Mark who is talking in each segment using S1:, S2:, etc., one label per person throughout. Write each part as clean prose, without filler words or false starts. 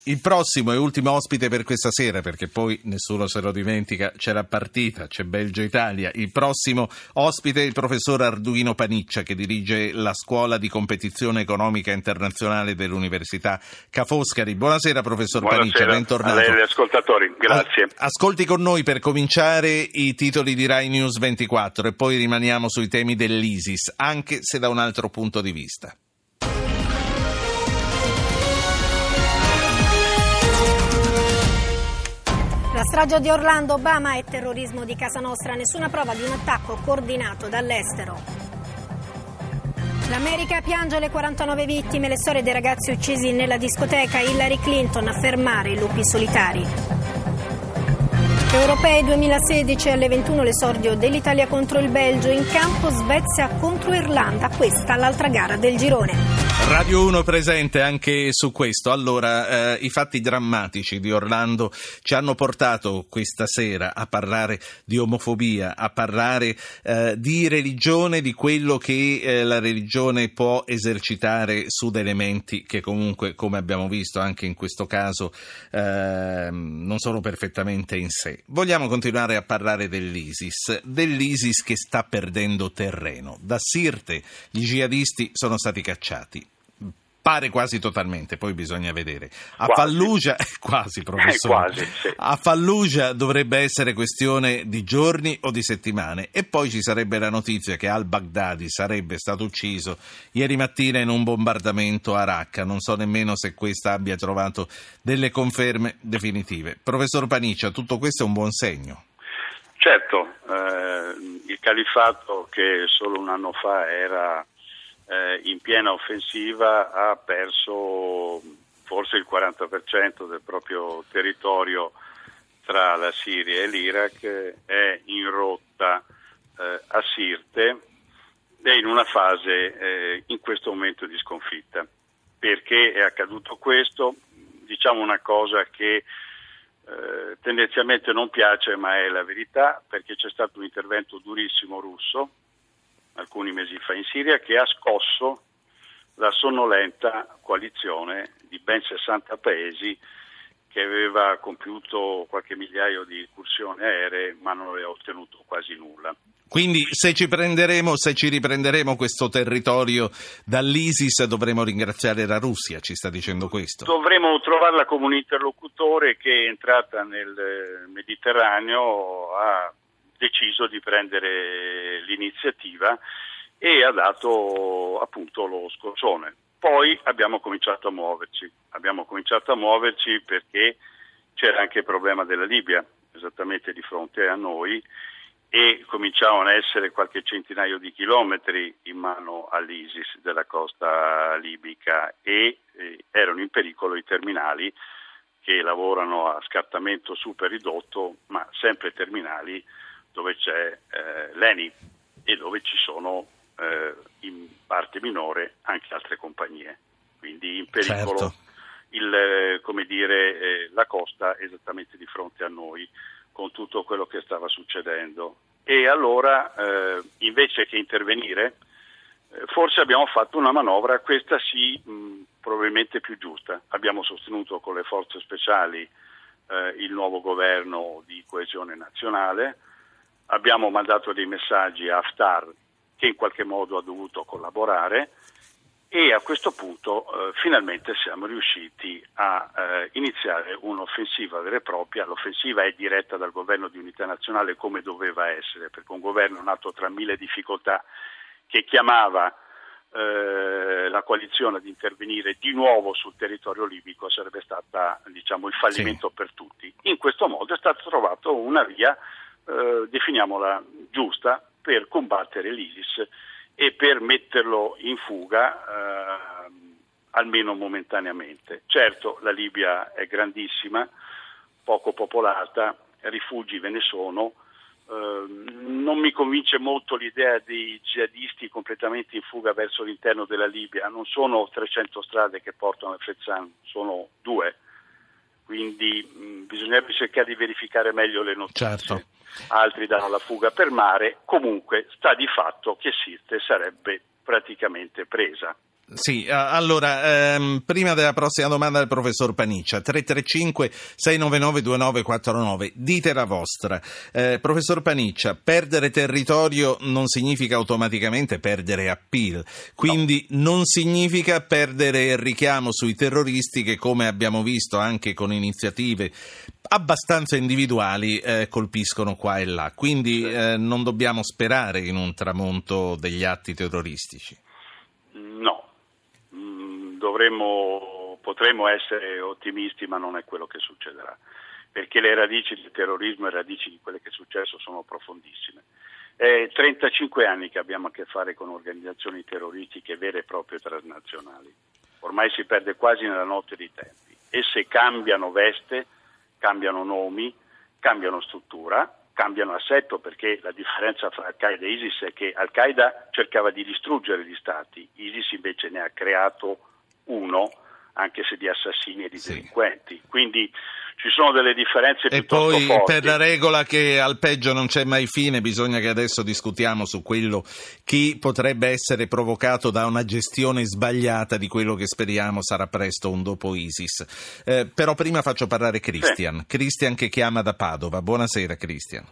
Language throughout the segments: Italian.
S1: Il prossimo e ultimo ospite per questa sera, perché poi nessuno se lo dimentica, c'è la partita, c'è Belgio-Italia. Il prossimo ospite è il professor Arduino Paniccia, che dirige la Scuola di Competizione Economica Internazionale dell'Università Ca' Foscari. Buonasera professor Paniccia, bentornato.
S2: A lei e agli ascoltatori, grazie.
S1: Ascolti con noi per cominciare i titoli di Rai News 24 e poi rimaniamo sui temi dell'ISIS, anche se da un altro punto di vista.
S3: La strage di Orlando, Obama e terrorismo di Casa Nostra, nessuna prova di un attacco coordinato dall'estero. L'America piange le 49 vittime, le storie dei ragazzi uccisi nella discoteca. Hillary Clinton a fermare i lupi solitari. Europei 2016 alle 21 l'esordio dell'Italia contro il Belgio, in campo Svezia contro Irlanda, questa l'altra gara del girone.
S1: Radio 1 presente anche su questo. Allora, i fatti drammatici di Orlando ci hanno portato questa sera a parlare di omofobia, a parlare di religione, di quello che la religione può esercitare su elementi che comunque, come abbiamo visto anche in questo caso, non sono perfettamente in sé. Vogliamo continuare a parlare dell'ISIS che sta perdendo terreno. Da Sirte gli jihadisti sono stati cacciati. Pare quasi totalmente, poi bisogna vedere. A Fallujah, quasi professore,
S2: quasi, sì.
S1: A Fallujah dovrebbe essere questione di giorni o di settimane, e poi ci sarebbe la notizia che al-Baghdadi sarebbe stato ucciso ieri mattina in un bombardamento a Raqqa. Non so nemmeno se questa abbia trovato delle conferme definitive. Professor Paniccia, tutto questo è un buon segno?
S2: Certo, il califfato che solo un anno fa era in piena offensiva ha perso forse il 40% del proprio territorio tra la Siria e l'Iraq, è in rotta a Sirte, è in una fase in questo momento di sconfitta. Perché è accaduto questo? Diciamo una cosa che tendenzialmente non piace, ma è la verità, perché c'è stato un intervento durissimo russo alcuni mesi fa in Siria, che ha scosso la sonnolenta coalizione di ben 60 paesi che aveva compiuto qualche migliaio di incursioni aeree, ma non aveva ottenuto quasi nulla.
S1: Quindi se ci riprenderemo questo territorio dall'ISIS, dovremo ringraziare la Russia, ci sta dicendo questo?
S2: Dovremo trovarla come un interlocutore che è entrata nel Mediterraneo, ha deciso di prendere l'iniziativa e ha dato appunto lo scorcione. Poi abbiamo cominciato a muoverci perché c'era anche il problema della Libia esattamente di fronte a noi e cominciavano a essere qualche centinaio di chilometri in mano all'ISIS della costa libica e erano in pericolo i terminali che lavorano a scartamento super ridotto, ma sempre terminali dove c'è l'ENI e dove ci sono in parte minore anche altre compagnie, quindi in pericolo. Certo. La costa esattamente di fronte a noi con tutto quello che stava succedendo, e allora invece che intervenire forse abbiamo fatto una manovra, questa sì, probabilmente più giusta. Abbiamo sostenuto con le forze speciali il nuovo governo di coesione nazionale. Abbiamo mandato dei messaggi a Haftar, che in qualche modo ha dovuto collaborare, e a questo punto finalmente siamo riusciti a iniziare un'offensiva vera e propria. L'offensiva è diretta dal governo di unità nazionale come doveva essere, perché un governo nato tra mille difficoltà che chiamava la coalizione ad intervenire di nuovo sul territorio libico sarebbe stata, il fallimento per tutti. In questo modo è stata trovata una via, definiamola giusta, per combattere l'ISIS e per metterlo in fuga almeno momentaneamente. Certo, la Libia è grandissima, poco popolata, rifugi ve ne sono. Non mi convince molto l'idea dei jihadisti completamente in fuga verso l'interno della Libia. Non sono 300 strade che portano a Fezzan, sono 2. Quindi bisognerebbe cercare di verificare meglio le notizie.
S1: Certo.
S2: Altri danno la fuga per mare. Comunque sta di fatto che Sirte sarebbe praticamente presa.
S1: Sì, allora, prima della prossima domanda del professor Paniccia, 335-699-2949, dite la vostra. Professor Paniccia, perdere territorio non significa automaticamente perdere appeal, quindi non significa perdere il richiamo sui terroristi che, come abbiamo visto anche con iniziative abbastanza individuali, colpiscono qua e là, quindi non dobbiamo sperare in un tramonto degli atti terroristici.
S2: No, potremmo essere ottimisti, ma non è quello che succederà, perché le radici del terrorismo e le radici di quello che è successo sono profondissime. 35 anni che abbiamo a che fare con organizzazioni terroristiche vere e proprie transnazionali. Ormai si perde quasi nella notte dei tempi. Esse cambiano veste, cambiano nomi, cambiano struttura, cambiano assetto, perché la differenza fra Al-Qaeda e ISIS è che Al-Qaeda cercava di distruggere gli stati, ISIS invece ne ha creato uno, anche se di assassini e di delinquenti. Quindi ci sono delle differenze piuttosto forti.
S1: E poi per la regola che al peggio non c'è mai fine, bisogna che adesso discutiamo su quello che potrebbe essere provocato da una gestione sbagliata di quello che speriamo sarà presto un dopo ISIS. Però prima faccio parlare Christian. Sì. Christian che chiama da Padova. Buonasera Christian.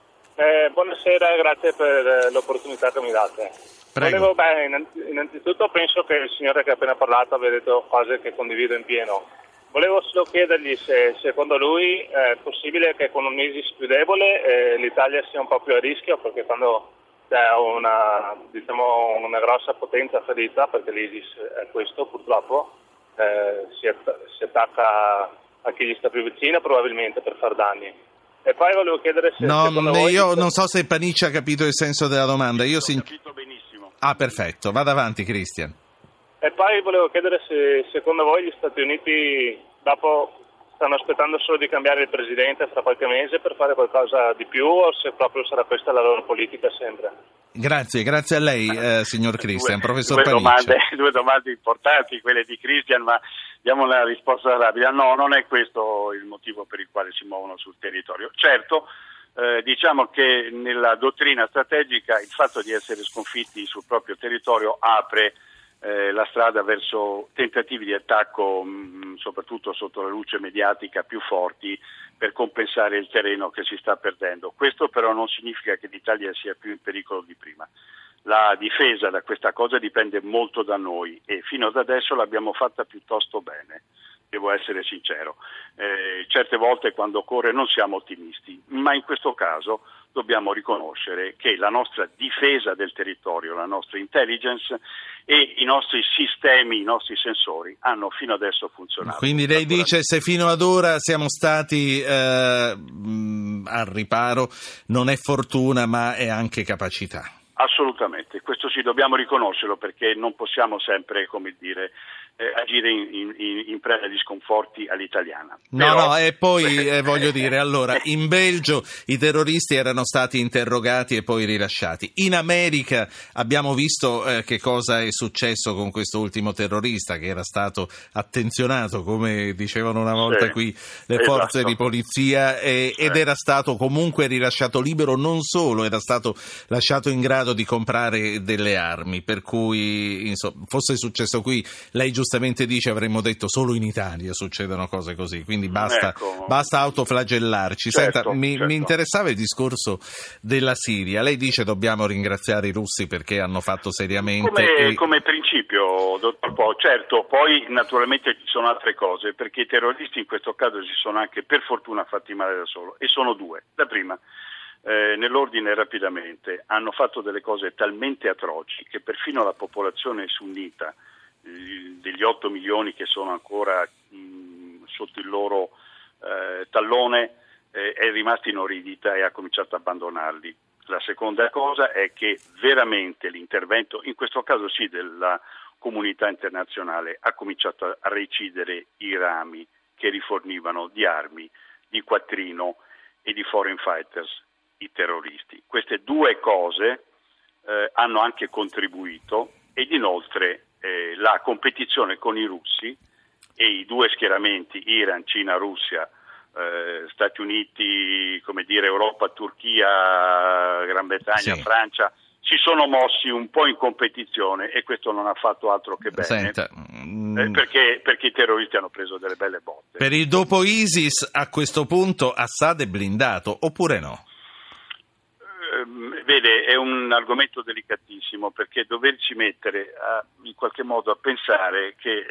S4: Buonasera, grazie per l'opportunità che mi date.
S1: Prego.
S4: Innanzitutto penso che il signore che ha appena parlato abbia detto cose che condivido in pieno. Volevo solo chiedergli se secondo lui è possibile che con un ISIS più debole l'Italia sia un po' più a rischio, perché quando c'è una grossa potenza ferita, perché l'ISIS è questo purtroppo, si attacca a chi gli sta più vicino probabilmente per far danni. E poi volevo chiedere se
S1: io non so se Paniccia ha capito il senso della domanda.
S2: Ho capito benissimo.
S1: Ah, perfetto, vada avanti Christian.
S4: E poi volevo chiedere se secondo voi gli Stati Uniti dopo stanno aspettando solo di cambiare il presidente fra qualche mese per fare qualcosa di più, o se proprio sarà questa la loro politica sempre.
S1: Grazie a lei signor Christian. Professor Paniccia.
S2: Due domande importanti quelle di Christian, ma diamo una risposta rapida. No, non è questo il motivo per il quale si muovono sul territorio. Certo, diciamo che nella dottrina strategica il fatto di essere sconfitti sul proprio territorio apre la strada verso tentativi di attacco, soprattutto sotto la luce mediatica, più forti per compensare il terreno che si sta perdendo. Questo però non significa che l'Italia sia più in pericolo di prima. La difesa da questa cosa dipende molto da noi e fino ad adesso l'abbiamo fatta piuttosto bene, devo essere sincero. Certe volte quando occorre non siamo ottimisti, ma in questo caso dobbiamo riconoscere che la nostra difesa del territorio, la nostra intelligence e i nostri sistemi, i nostri sensori hanno fino adesso funzionato.
S1: Quindi lei dice se fino ad ora siamo stati al riparo, non è fortuna ma è anche capacità.
S2: Assolutamente, questo sì, dobbiamo riconoscerlo, perché non possiamo sempre, agire in preda di sconforti all'italiana.
S1: No, e poi voglio dire, allora, in Belgio i terroristi erano stati interrogati e poi rilasciati. In America abbiamo visto che cosa è successo con questo ultimo terrorista che era stato attenzionato, come dicevano una volta qui le forze di polizia, ed era stato comunque rilasciato libero, non solo, era stato lasciato in grado di comprare delle armi, per cui fosse successo qui, lei giustamente dice, avremmo detto solo in Italia succedono cose così, quindi basta autoflagellarci.
S2: Certo,
S1: mi interessava il discorso della Siria. Lei dice dobbiamo ringraziare i russi perché hanno fatto seriamente
S2: come principio, dottor Po. Certo, poi naturalmente ci sono altre cose, perché i terroristi in questo caso si sono anche per fortuna fatti male da solo, e sono due. La prima, nell'ordine rapidamente, hanno fatto delle cose talmente atroci che perfino la popolazione sunnita, degli 8 milioni che sono ancora sotto il loro tallone, è rimasta inorridita e ha cominciato a abbandonarli. La seconda cosa è che veramente l'intervento, in questo caso sì, della comunità internazionale, ha cominciato a recidere i rami che rifornivano di armi, di quattrino e di foreign fighters i terroristi. Queste due cose hanno anche contribuito, ed inoltre la competizione con i russi e i due schieramenti Iran, Cina, Russia, Stati Uniti, Europa, Turchia, Gran Bretagna, Francia, si sono mossi un po' in competizione e questo non ha fatto altro che bene.
S1: Senta,
S2: perché i terroristi hanno preso delle belle botte.
S1: Per il dopo ISIS a questo punto Assad è blindato oppure no?
S2: Vede, è un argomento delicatissimo, perché doverci mettere in qualche modo a pensare che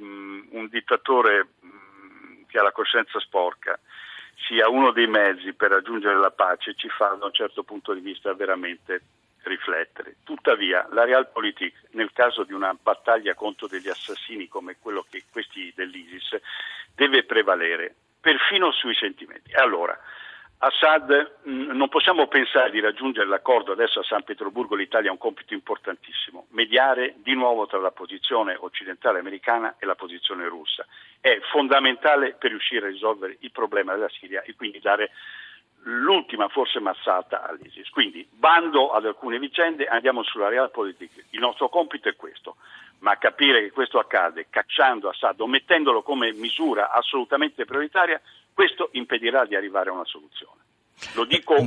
S2: un dittatore che ha la coscienza sporca sia uno dei mezzi per raggiungere la pace ci fa da un certo punto di vista veramente riflettere. Tuttavia la Realpolitik, nel caso di una battaglia contro degli assassini come quello che questi dell'ISIS, deve prevalere perfino sui sentimenti. Allora, Assad, non possiamo pensare di raggiungere l'accordo adesso a San Pietroburgo. L'Italia ha un compito importantissimo: mediare di nuovo tra la posizione occidentale americana e la posizione russa. È fondamentale per riuscire a risolvere il problema della Siria e quindi dare l'ultima forse mazzata all'ISIS. Quindi bando ad alcune vicende, andiamo sulla Realpolitik. Il nostro compito è questo, ma capire che questo accade cacciando Assad o mettendolo come misura assolutamente prioritaria, questo impedirà di arrivare a una soluzione. Lo dico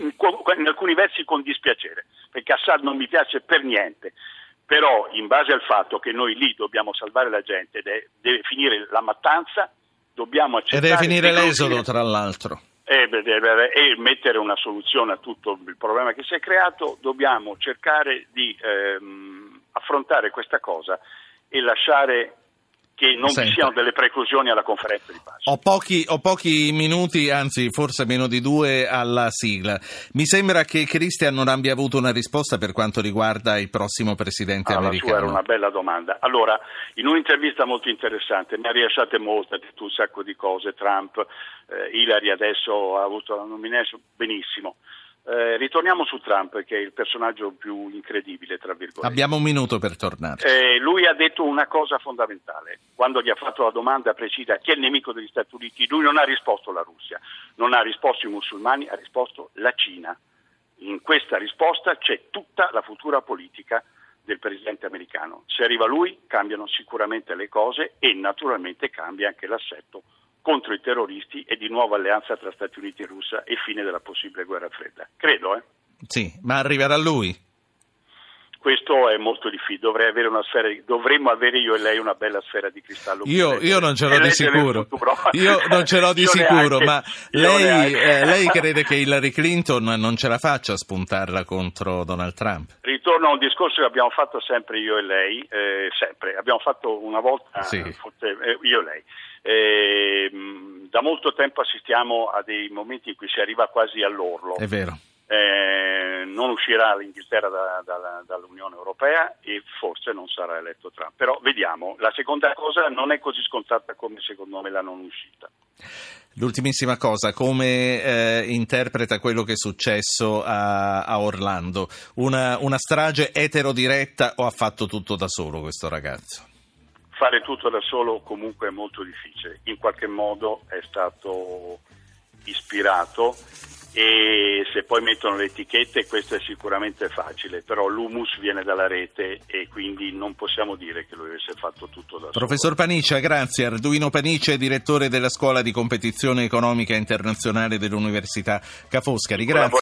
S2: in alcuni versi con dispiacere, perché Assad non mi piace per niente, però in base al fatto che noi lì dobbiamo salvare la gente, deve finire la mattanza, dobbiamo accettare...
S1: E deve finire l'esodo, tra l'altro.
S2: E mettere una soluzione a tutto il problema che si è creato. Dobbiamo cercare di affrontare questa cosa e lasciare che non vi siano delle preclusioni alla conferenza di pace.
S1: Ho pochi minuti, anzi forse meno di 2 alla sigla. Mi sembra che Christian non abbia avuto una risposta per quanto riguarda il prossimo presidente americano.
S2: La sua era una bella domanda. Allora, in un'intervista molto interessante, ne ha rilasciate molte, ha detto un sacco di cose, Trump, Hillary adesso ha avuto la nomination, benissimo. Ritorniamo su Trump, che è il personaggio più incredibile, tra virgolette.
S1: Abbiamo un minuto per tornare.
S2: Lui ha detto una cosa fondamentale. Quando gli ha fatto la domanda precisa chi è il nemico degli Stati Uniti, lui non ha risposto la Russia, non ha risposto i musulmani, ha risposto la Cina. In questa risposta c'è tutta la futura politica del presidente americano. Se arriva lui, cambiano sicuramente le cose e naturalmente cambia anche l'assetto contro i terroristi e di nuovo alleanza tra Stati Uniti e Russia e fine della possibile guerra fredda. Credo,
S1: Sì, ma arriverà lui?
S2: Questo è molto difficile. Dovremmo avere io e lei una bella sfera di cristallo.
S1: Io non ce l'ho di sicuro. Io non ce l'ho di sicuro, ma lei crede che Hillary Clinton non ce la faccia a spuntarla contro Donald Trump?
S2: Ritorno a un discorso che abbiamo fatto sempre io e lei, sempre. Abbiamo fatto una volta, io e lei. Da molto tempo assistiamo a dei momenti in cui si arriva quasi all'orlo.
S1: È vero.
S2: Non uscirà l'Inghilterra dall'Unione Europea e forse non sarà eletto Trump. Però vediamo, la seconda cosa non è così scontata come secondo me la non uscita.
S1: L'ultimissima cosa, come interpreta quello che è successo a Orlando? Una strage eterodiretta o ha fatto tutto da solo questo ragazzo?
S2: Fare tutto da solo comunque è molto difficile. In qualche modo è stato ispirato e se poi mettono le etichette questo è sicuramente facile, però l'humus viene dalla rete e quindi non possiamo dire che lui avesse fatto tutto da solo.
S1: Professor Paniccia, grazie. Arduino Paniccia è direttore della Scuola di Competizione Economica Internazionale dell'Università Ca' Foscari. Grazie.